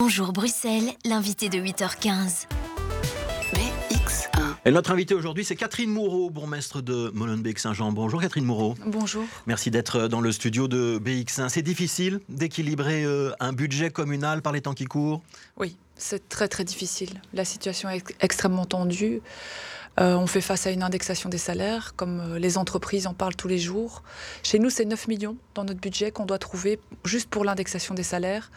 Bonjour Bruxelles, l'invité de 8h15. BX1. Et notre invité aujourd'hui, c'est Catherine Moureau, bourgmestre de Molenbeek-Saint-Jean. Bonjour Catherine Moureau. Bonjour. Merci d'être dans le studio de BX1. C'est difficile d'équilibrer un budget communal par les temps qui courent ? Oui, c'est très très difficile. La situation est extrêmement tendue. On fait face à une indexation des salaires, comme les entreprises en parlent tous les jours. Chez nous, c'est 9 millions dans notre budget qu'on doit trouver juste pour l'indexation des salaires.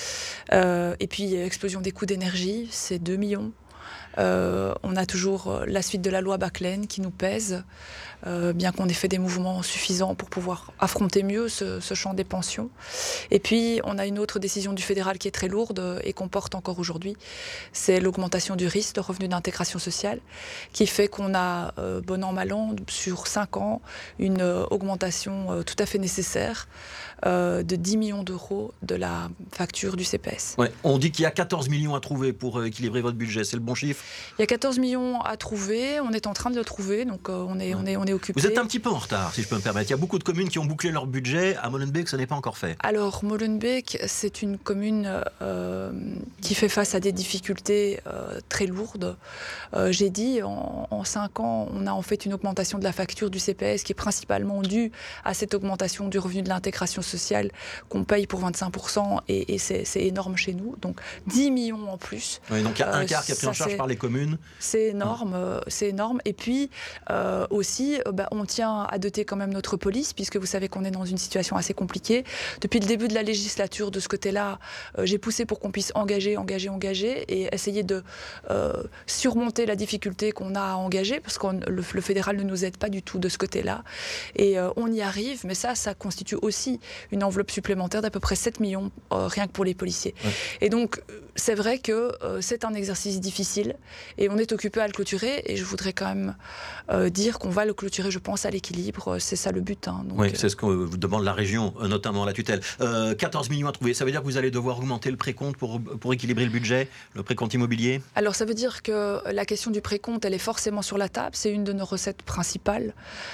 Et puis, explosion des coûts d'énergie, c'est 2 millions. On a toujours la suite de la loi Baclaine qui nous pèse, bien qu'on ait fait des mouvements suffisants pour pouvoir affronter mieux ce champ des pensions. Et puis, on a une autre décision du fédéral qui est très lourde et qu'on porte encore aujourd'hui. C'est l'augmentation du RIS, le revenu d'intégration sociale, qui fait qu'on a, bon an, mal an, sur 5 ans, une augmentation tout à fait nécessaire de 10 millions d'euros de la facture du CPS. Ouais, on dit qu'il y a 14 millions à trouver pour équilibrer votre budget, c'est le bon chiffre ? Il y a 14 millions à trouver, on est en train de le trouver, donc on est occupé. Vous êtes un petit peu en retard, si je peux me permettre. Il y a beaucoup de communes qui ont bouclé leur budget. À Molenbeek, ça n'est pas encore fait. Alors, Molenbeek, c'est une commune qui fait face à des difficultés très lourdes. J'ai dit, en 5 ans, on a en fait une augmentation de la facture du CPS qui est principalement due à cette augmentation du revenu de l'intégration sociale qu'on paye pour 25%, et c'est énorme chez nous. Donc, 10 millions en plus. Oui, donc il y a un quart qui est pris en charge par les communes. C'est énorme, c'est énorme. Et puis aussi, on tient à doter quand même notre police, puisque vous savez qu'on est dans une situation assez compliquée. Depuis le début de la législature, de ce côté-là, j'ai poussé pour qu'on puisse engager et essayer de surmonter la difficulté qu'on a à engager, parce que le fédéral ne nous aide pas du tout de ce côté-là. Et on y arrive, mais ça constitue aussi une enveloppe supplémentaire d'à peu près 7 millions, rien que pour les policiers. Ouais. Et donc, c'est vrai que c'est un exercice difficile, et on est occupé à le clôturer, et je voudrais quand même dire qu'on va le clôturer, je pense, à l'équilibre. C'est ça le but. Donc, oui, c'est ce que vous demande la région, notamment la tutelle. 14 millions à trouver, ça veut dire que vous allez devoir augmenter le précompte pour équilibrer le budget, le précompte immobilier ? Alors ça veut dire que la question du précompte, elle est forcément sur la table, c'est une de nos recettes principales.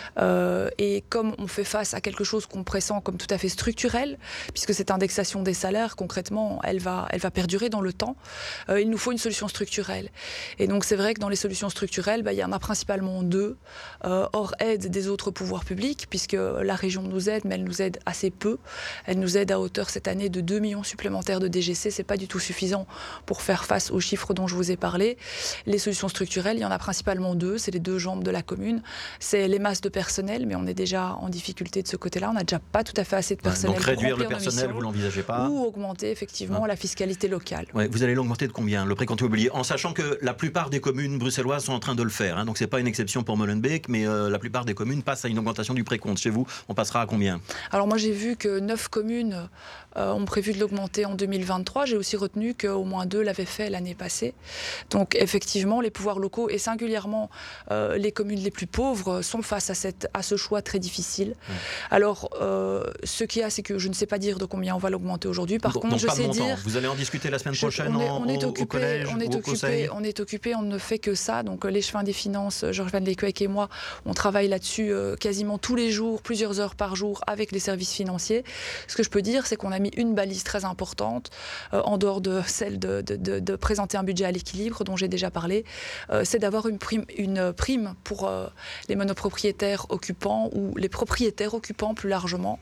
Et comme on fait face à quelque chose qu'on pressent comme tout à fait structurel, puisque cette indexation des salaires, concrètement, elle va perdurer dans le temps, il nous faut une solution structurelle. Et donc c'est vrai que dans les solutions structurelles, il y en a principalement 2, hors aide des autres pouvoirs publics, puisque la région nous aide, mais elle nous aide assez peu. Elle nous aide à hauteur cette année de 2 millions supplémentaires de DGC, c'est pas du tout suffisant pour faire face aux chiffres dont je vous ai parlé. Les solutions structurelles, il y en a principalement 2, c'est les 2 jambes de la commune. C'est les masses de personnel, mais on est déjà en difficulté de ce côté-là, on n'a déjà pas tout à fait assez de personnel. Donc réduire le personnel, vous l'envisagez pas ? Ou augmenter effectivement la fiscalité locale. Ouais, vous allez l'augmenter de combien, le précompte immobilier ? En sachant que la plupart des communes bruxelloises sont en train de le faire, donc c'est pas une exception pour Molenbeek, mais la plupart des communes passent à une augmentation du précompte. Chez vous, on passera à combien ? Alors moi j'ai vu que 9 communes ont prévu de l'augmenter en 2023. J'ai aussi retenu qu'au moins 2 l'avaient fait l'année passée. Donc effectivement, les pouvoirs locaux et singulièrement les communes les plus pauvres sont face à ce choix très difficile. Ouais. Alors ce qu'il y a, c'est que je ne sais pas dire de combien on va l'augmenter aujourd'hui. Par contre, je sais dire... Vous allez en discuter la semaine prochaine au collège, au conseil ? On est occupé, on ne fait que ça. Donc l'échevin des finances, Georges Van Leeuwenhoek et moi, on travaille là-dessus quasiment tous les jours, plusieurs heures par jour avec les services financiers. Ce que je peux dire, c'est qu'on a mis une balise très importante, en dehors de celle de présenter un budget à l'équilibre dont j'ai déjà parlé, c'est d'avoir une prime pour les monopropriétaires occupants ou les propriétaires occupants plus largement.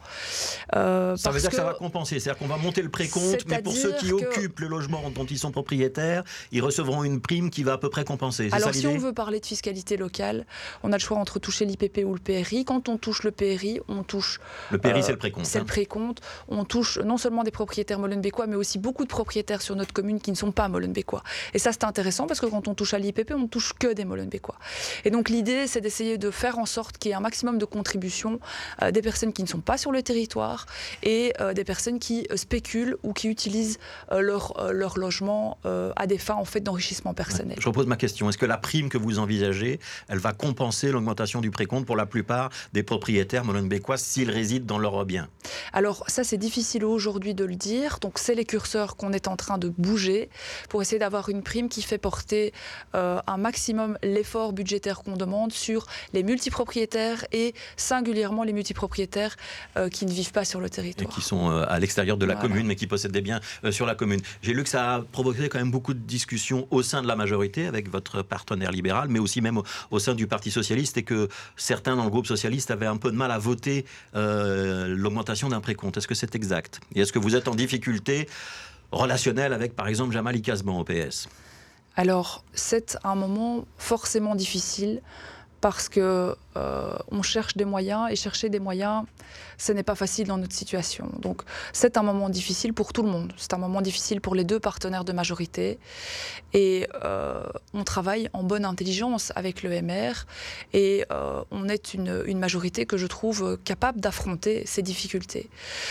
Ça veut dire que ça va compenser, c'est-à-dire qu'on va monter le précompte, mais pour ceux qui occupent le logement dont ils sont propriétaires, ils recevront une prime qui va à peu près compenser. C'est alors ça, si on veut parler de fiscalité locale, on a le choix entre toucher l'IPP ou le PRI. Quand on touche le PRI, on touche... Le PRI, c'est le précompte. C'est le précompte. On touche non seulement des propriétaires molenbeekois, mais aussi beaucoup de propriétaires sur notre commune qui ne sont pas molenbeekois. Et ça, c'est intéressant parce que quand on touche à l'IPP, on ne touche que des molenbeekois. Et donc l'idée, c'est d'essayer de faire en sorte qu'il y ait un maximum de contributions des personnes qui ne sont pas sur le territoire et des personnes qui spéculent ou qui utilisent leur logement à des fins en fait d'enrichissement personnel. Je repose ma question. Est-ce que la prime que vous envisagez, elle va compenser l'augmentation du précompte pour la plupart des propriétaires molenbeekois s'ils résident dans leurs biens ? Alors ça, c'est difficile aujourd'hui aujourd'hui de le dire. Donc c'est les curseurs qu'on est en train de bouger pour essayer d'avoir une prime qui fait porter un maximum l'effort budgétaire qu'on demande sur les multipropriétaires et singulièrement les multipropriétaires qui ne vivent pas sur le territoire. Et qui sont à l'extérieur de la commune, mais qui possèdent des biens sur la commune. J'ai lu que ça a provoqué quand même beaucoup de discussions au sein de la majorité avec votre partenaire libéral, mais aussi même au sein du Parti socialiste, et que certains dans le groupe socialiste avaient un peu de mal à voter l'augmentation d'un précompte. Est-ce que c'est exact? Et est-ce que vous êtes en difficulté relationnelle avec, par exemple, Jamal Ikazban au PS? Alors, c'est un moment forcément difficile parce que on cherche des moyens, et chercher des moyens, ce n'est pas facile dans notre situation. Donc, c'est un moment difficile pour tout le monde. C'est un moment difficile pour les deux partenaires de majorité. Et on travaille en bonne intelligence avec le MR. Et on est une majorité que je trouve capable d'affronter ces difficultés.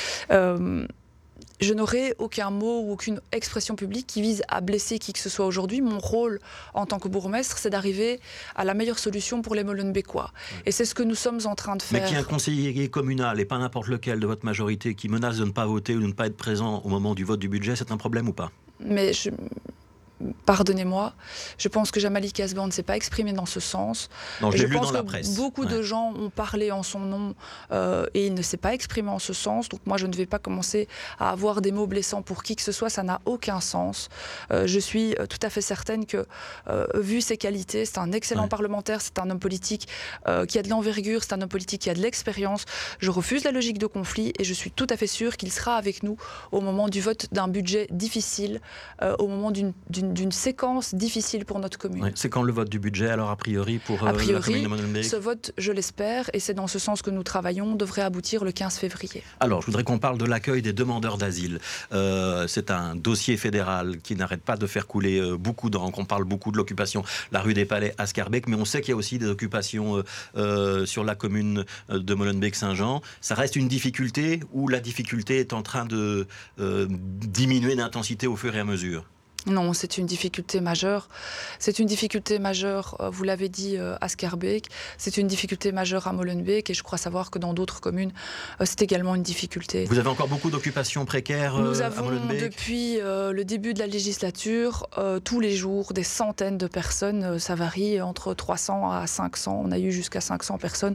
Je n'aurai aucun mot ou aucune expression publique qui vise à blesser qui que ce soit aujourd'hui. Mon rôle en tant que bourgmestre, c'est d'arriver à la meilleure solution pour les Molenbeekois. Et c'est ce que nous sommes en train de faire. Mais qu'il y ait un conseiller communal, et pas n'importe lequel de votre majorité, qui menace de ne pas voter ou de ne pas être présent au moment du vote du budget, c'est un problème ou pas? Mais pardonnez-moi, je pense que Jamal Ikazban ne s'est pas exprimé dans ce sens. Non, je l'ai lu dans la presse. Beaucoup de gens ont parlé en son nom et il ne s'est pas exprimé en ce sens. Donc moi, je ne vais pas commencer à avoir des mots blessants pour qui que ce soit. Ça n'a aucun sens. Je suis tout à fait certaine que, vu ses qualités, c'est un excellent parlementaire, c'est un homme politique qui a de l'envergure, c'est un homme politique qui a de l'expérience. Je refuse la logique de conflit et je suis tout à fait sûre qu'il sera avec nous au moment du vote d'un budget difficile, au moment d'une séquence difficile pour notre commune. Ouais, c'est quand le vote du budget, alors a priori pour la commune de Molenbeek? Ce vote, je l'espère, et c'est dans ce sens que nous travaillons, devrait aboutir le 15 février. Alors, je voudrais qu'on parle de l'accueil des demandeurs d'asile. C'est un dossier fédéral qui n'arrête pas de faire couler beaucoup d'encre. On parle beaucoup de l'occupation, la rue des Palais à Schaerbeek, mais on sait qu'il y a aussi des occupations sur la commune de Molenbeek-Saint-Jean. Ça reste une difficulté, ou la difficulté est en train de diminuer d'intensité au fur et à mesure? Non, c'est une difficulté majeure. C'est une difficulté majeure, vous l'avez dit, à Schaerbeek. C'est une difficulté majeure à Molenbeek, et je crois savoir que dans d'autres communes, c'est également une difficulté. Vous avez encore beaucoup d'occupations précaires à Molenbeek? Nous avons, depuis le début de la législature, tous les jours, des centaines de personnes. Ça varie entre 300 à 500. On a eu jusqu'à 500 personnes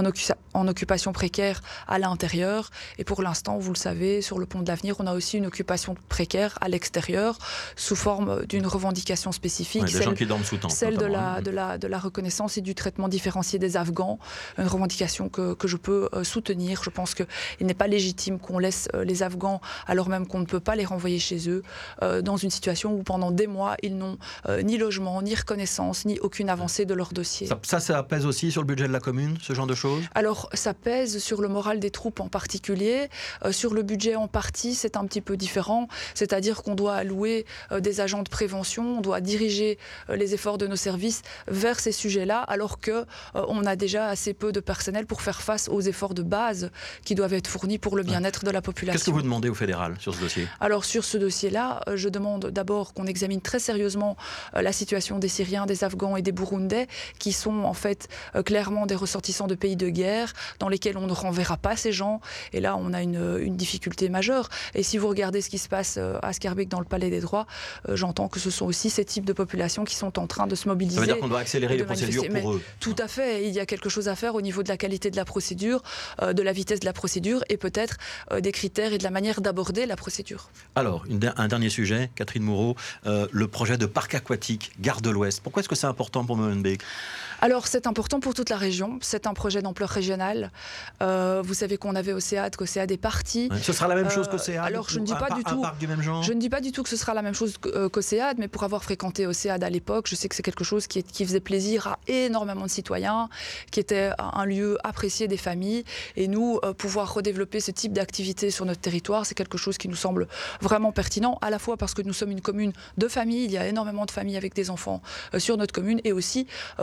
en occupation précaire à l'intérieur. Et pour l'instant, vous le savez, sur le pont de l'Avenir, on a aussi une occupation précaire à l'extérieur, sous forme d'une revendication spécifique, des gens qui dorment sous tente, celle de la reconnaissance et du traitement différencié des Afghans, une revendication que je peux soutenir. Je pense qu'il n'est pas légitime qu'on laisse les Afghans, alors même qu'on ne peut pas les renvoyer chez eux, dans une situation où pendant des mois, ils n'ont ni logement, ni reconnaissance, ni aucune avancée de leur dossier. Ça pèse aussi sur le budget de la commune, ce genre de choses? Alors, ça pèse sur le moral des troupes en particulier. Sur le budget en partie, c'est un petit peu différent, c'est-à-dire qu'on doit allouer des agents de prévention, on doit diriger les efforts de nos services vers ces sujets-là, alors qu'on a déjà assez peu de personnel pour faire face aux efforts de base qui doivent être fournis pour le bien-être de la population. Qu'est-ce que vous demandez au fédéral sur ce dossier? Alors sur ce dossier-là, je demande d'abord qu'on examine très sérieusement la situation des Syriens, des Afghans et des Burundais, qui sont en fait clairement des ressortissants de pays de guerre, dans lesquels on ne renverra pas ces gens. Et là, on a une difficulté majeure. Et si vous regardez ce qui se passe à Schaerbeek dans le Palais des Droits, j'entends que ce sont aussi ces types de populations qui sont en train de se mobiliser. Ça veut dire qu'on doit accélérer les procédures pour eux. Tout à fait. Il y a quelque chose à faire au niveau de la qualité de la procédure, de la vitesse de la procédure et peut-être des critères et de la manière d'aborder la procédure. Alors, un dernier sujet, Catherine Moreau, le projet de parc aquatique Gare de l'Ouest. Pourquoi est-ce que c'est important pour Molenbeek? Alors, c'est important pour toute la région. C'est un projet d'ampleur régionale. Vous savez qu'on avait Océade, qu'Océade est parti. Ce sera la même chose qu'Océade? Alors, je ne dis pas du tout. Un parc du même genre? Je ne dis pas du tout que ce sera la même chose qu'Océade, mais pour avoir fréquenté Océade à l'époque, je sais que c'est quelque chose qui faisait plaisir à énormément de citoyens, qui était un lieu apprécié des familles. Et nous, pouvoir redévelopper ce type d'activité sur notre territoire, c'est quelque chose qui nous semble vraiment pertinent, à la fois parce que nous sommes une commune de familles, il y a énormément de familles avec des enfants sur notre commune, et aussi pour pouvoir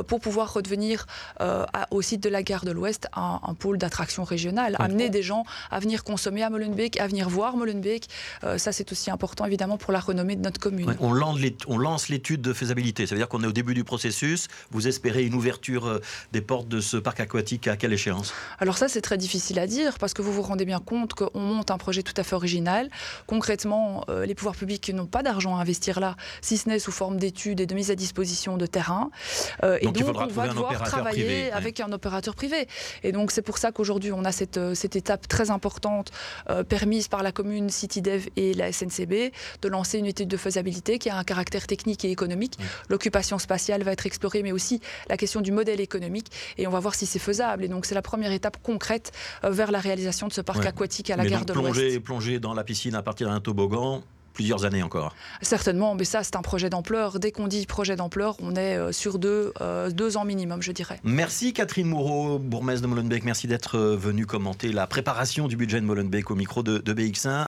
pouvoir redevenir au site de la gare de l'Ouest un pôle d'attraction régionale, amener des gens à venir consommer à Molenbeek, à venir voir Molenbeek. Ça, c'est aussi important évidemment pour la renommée de notre commune. Ouais, on lance l'étude de faisabilité. Ça veut dire qu'on est au début du processus. Vous espérez une ouverture des portes de ce parc aquatique à quelle échéance? Alors ça, c'est très difficile à dire parce que vous vous rendez bien compte qu'on monte un projet tout à fait original. Concrètement, les pouvoirs publics n'ont pas d'argent à investir là, si ce n'est sous forme d'études et de mise à disposition de terrain. Et donc on va devoir travailler avec un opérateur privé. Et donc c'est pour ça qu'aujourd'hui, on a cette étape très importante permise par la commune, CityDev et la SNCB de lancer une étude de faisabilité qui a un caractère technique et économique. L'occupation spatiale va être explorée, mais aussi la question du modèle économique. Et on va voir si c'est faisable. Et donc c'est la première étape concrète vers la réalisation de ce parc aquatique à la gare de l'Ouest. Plonger dans la piscine à partir d'un toboggan, plusieurs années encore. Certainement, mais ça c'est un projet d'ampleur. Dès qu'on dit projet d'ampleur, on est sur 2 ans minimum, je dirais. Merci Catherine Moreau, bourgmestre de Molenbeek. Merci d'être venue commenter la préparation du budget de Molenbeek au micro de BX1.